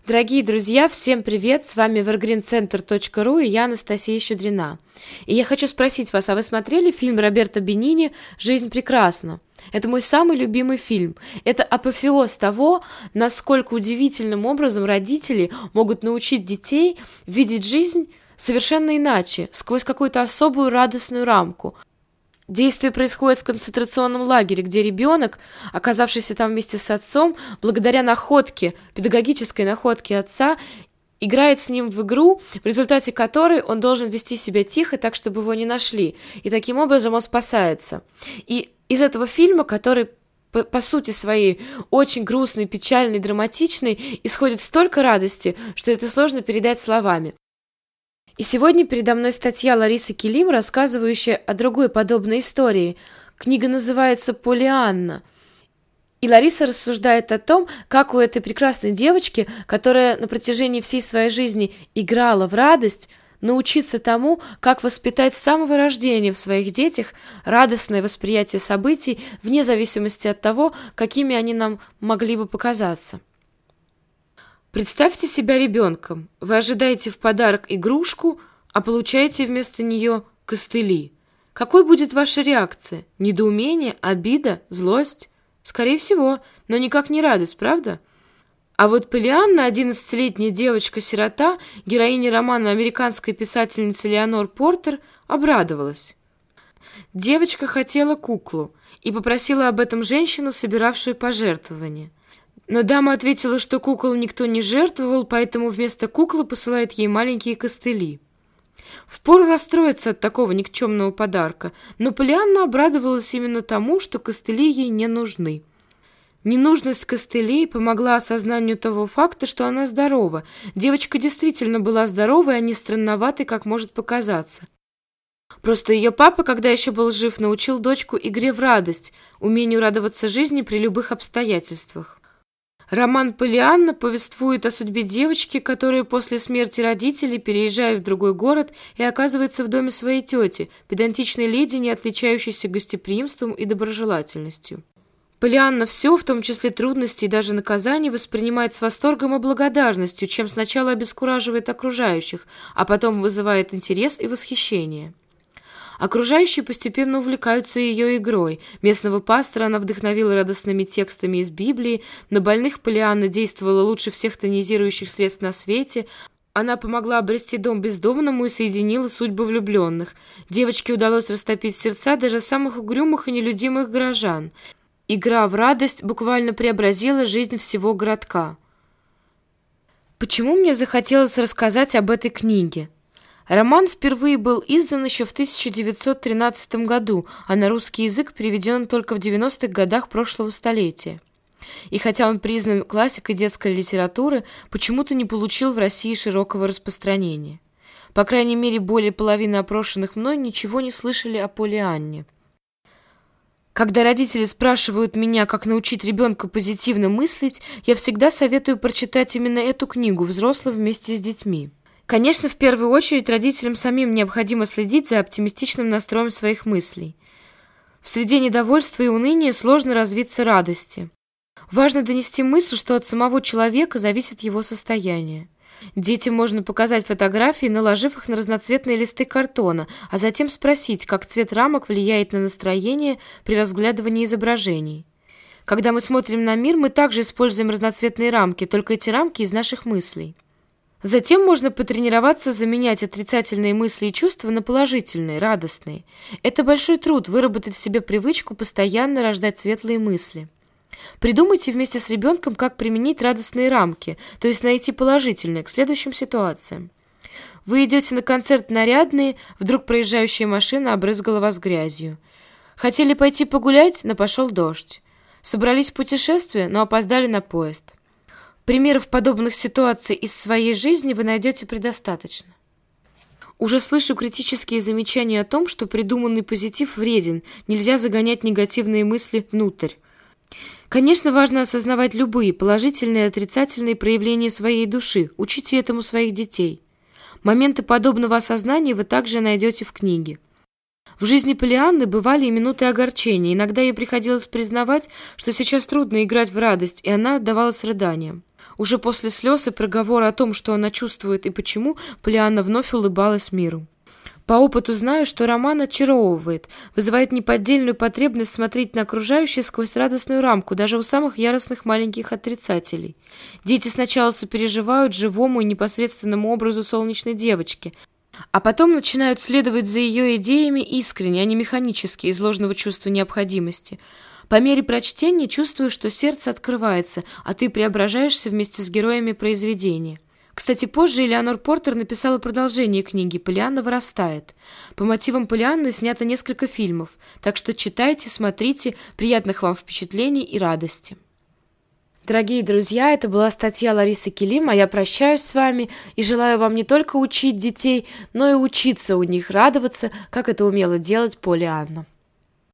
Дорогие друзья, всем привет! С вами evergreencenter.ru и я, Анастасия Щедрина. И я хочу спросить вас, а вы смотрели фильм Роберто Бенини «Жизнь прекрасна»? Это мой самый любимый фильм. Это апофеоз того, насколько удивительным образом родители могут научить детей видеть жизнь совершенно иначе, сквозь какую-то особую радостную рамку. Действие происходит в концентрационном лагере, где ребенок, оказавшийся там вместе с отцом, благодаря находке, педагогической находке отца, играет с ним в игру, в результате которой он должен вести себя тихо, так, чтобы его не нашли. И таким образом он спасается. И из этого фильма, который по сути своей очень грустный, печальный, драматичный, исходит столько радости, что это сложно передать словами. И сегодня передо мной статья Ларисы Килим, рассказывающая о другой подобной истории. Книга называется «Поллианна». И Лариса рассуждает о том, как у этой прекрасной девочки, которая на протяжении всей своей жизни играла в радость, научиться тому, как воспитать с самого рождения в своих детях радостное восприятие событий, вне зависимости от того, какими они нам могли бы показаться. Представьте себя ребенком. Вы ожидаете в подарок игрушку, а получаете вместо нее костыли. Какой будет ваша реакция? Недоумение, обида, злость? Скорее всего, но никак не радость, правда? А вот Поллианна, 11-летняя девочка-сирота, героиня романа американской писательницы Леонор Портер, обрадовалась. Девочка хотела куклу и попросила об этом женщину, собиравшую пожертвования. Но дама ответила, что кукол никто не жертвовал, поэтому вместо куклы посылает ей маленькие костыли. Впору расстроиться от такого никчемного подарка, но Поллианна обрадовалась именно тому, что костыли ей не нужны. Ненужность костылей помогла осознанию того факта, что она здорова. Девочка действительно была здоровой, а не странноватой, как может показаться. Просто ее папа, когда еще был жив, научил дочку игре в радость, умению радоваться жизни при любых обстоятельствах. Роман «Поллианна» повествует о судьбе девочки, которая после смерти родителей переезжает в другой город и оказывается в доме своей тети, педантичной леди, не отличающейся гостеприимством и доброжелательностью. Поллианна все, в том числе трудности и даже наказания, воспринимает с восторгом и благодарностью, чем сначала обескураживает окружающих, а потом вызывает интерес и восхищение. Окружающие постепенно увлекаются ее игрой. Местного пастора она вдохновила радостными текстами из Библии, на больных Поллианна действовала лучше всех тонизирующих средств на свете, она помогла обрести дом бездомному и соединила судьбы влюбленных. Девочке удалось растопить сердца даже самых угрюмых и нелюдимых горожан. Игра в радость буквально преобразила жизнь всего городка. Почему мне захотелось рассказать об этой книге? Роман впервые был издан еще в 1913 году, а на русский язык переведен только в 90-х годах прошлого столетия. И хотя он признан классикой детской литературы, почему-то не получил в России широкого распространения. По крайней мере, более половины опрошенных мной ничего не слышали о Поллианне. Когда родители спрашивают меня, как научить ребенка позитивно мыслить, я всегда советую прочитать именно эту книгу взрослым вместе с детьми. Конечно, в первую очередь родителям самим необходимо следить за оптимистичным настроем своих мыслей. В среде недовольства и уныния сложно развиться радости. Важно донести мысль, что от самого человека зависит его состояние. Детям можно показать фотографии, наложив их на разноцветные листы картона, а затем спросить, как цвет рамок влияет на настроение при разглядывании изображений. Когда мы смотрим на мир, мы также используем разноцветные рамки, только эти рамки из наших мыслей. Затем можно потренироваться заменять отрицательные мысли и чувства на положительные, радостные. Это большой труд выработать в себе привычку постоянно рождать светлые мысли. Придумайте вместе с ребенком, как применить радостные рамки, то есть найти положительные к следующим ситуациям. Вы идете на концерт нарядные, вдруг проезжающая машина обрызгала вас грязью. Хотели пойти погулять, но пошел дождь. Собрались в путешествие, но опоздали на поезд. Примеров подобных ситуаций из своей жизни вы найдете предостаточно. Уже слышу критические замечания о том, что придуманный позитив вреден, нельзя загонять негативные мысли внутрь. Конечно, важно осознавать любые положительные и отрицательные проявления своей души, учите этому своих детей. Моменты подобного осознания вы также найдете в книге. В жизни Поллианны бывали и минуты огорчения, иногда ей приходилось признавать, что сейчас трудно играть в радость, и она отдавалась рыданиям. Уже после слез и проговора о том, что она чувствует и почему, Полианна вновь улыбалась миру. По опыту знаю, что роман очаровывает, вызывает неподдельную потребность смотреть на окружающее сквозь радостную рамку, даже у самых яростных маленьких отрицателей. Дети сначала сопереживают живому и непосредственному образу солнечной девочки, а потом начинают следовать за ее идеями искренне, а не механически, из ложного чувства необходимости. По мере прочтения чувствую, что сердце открывается, а ты преображаешься вместе с героями произведения. Кстати, позже Элеонор Портер написала продолжение книги «Полианна вырастает». По мотивам Полианны снято несколько фильмов, так что читайте, смотрите, приятных вам впечатлений и радости. Дорогие друзья, это была статья Ларисы Килим, а я прощаюсь с вами и желаю вам не только учить детей, но и учиться у них радоваться, как это умела делать Полианна.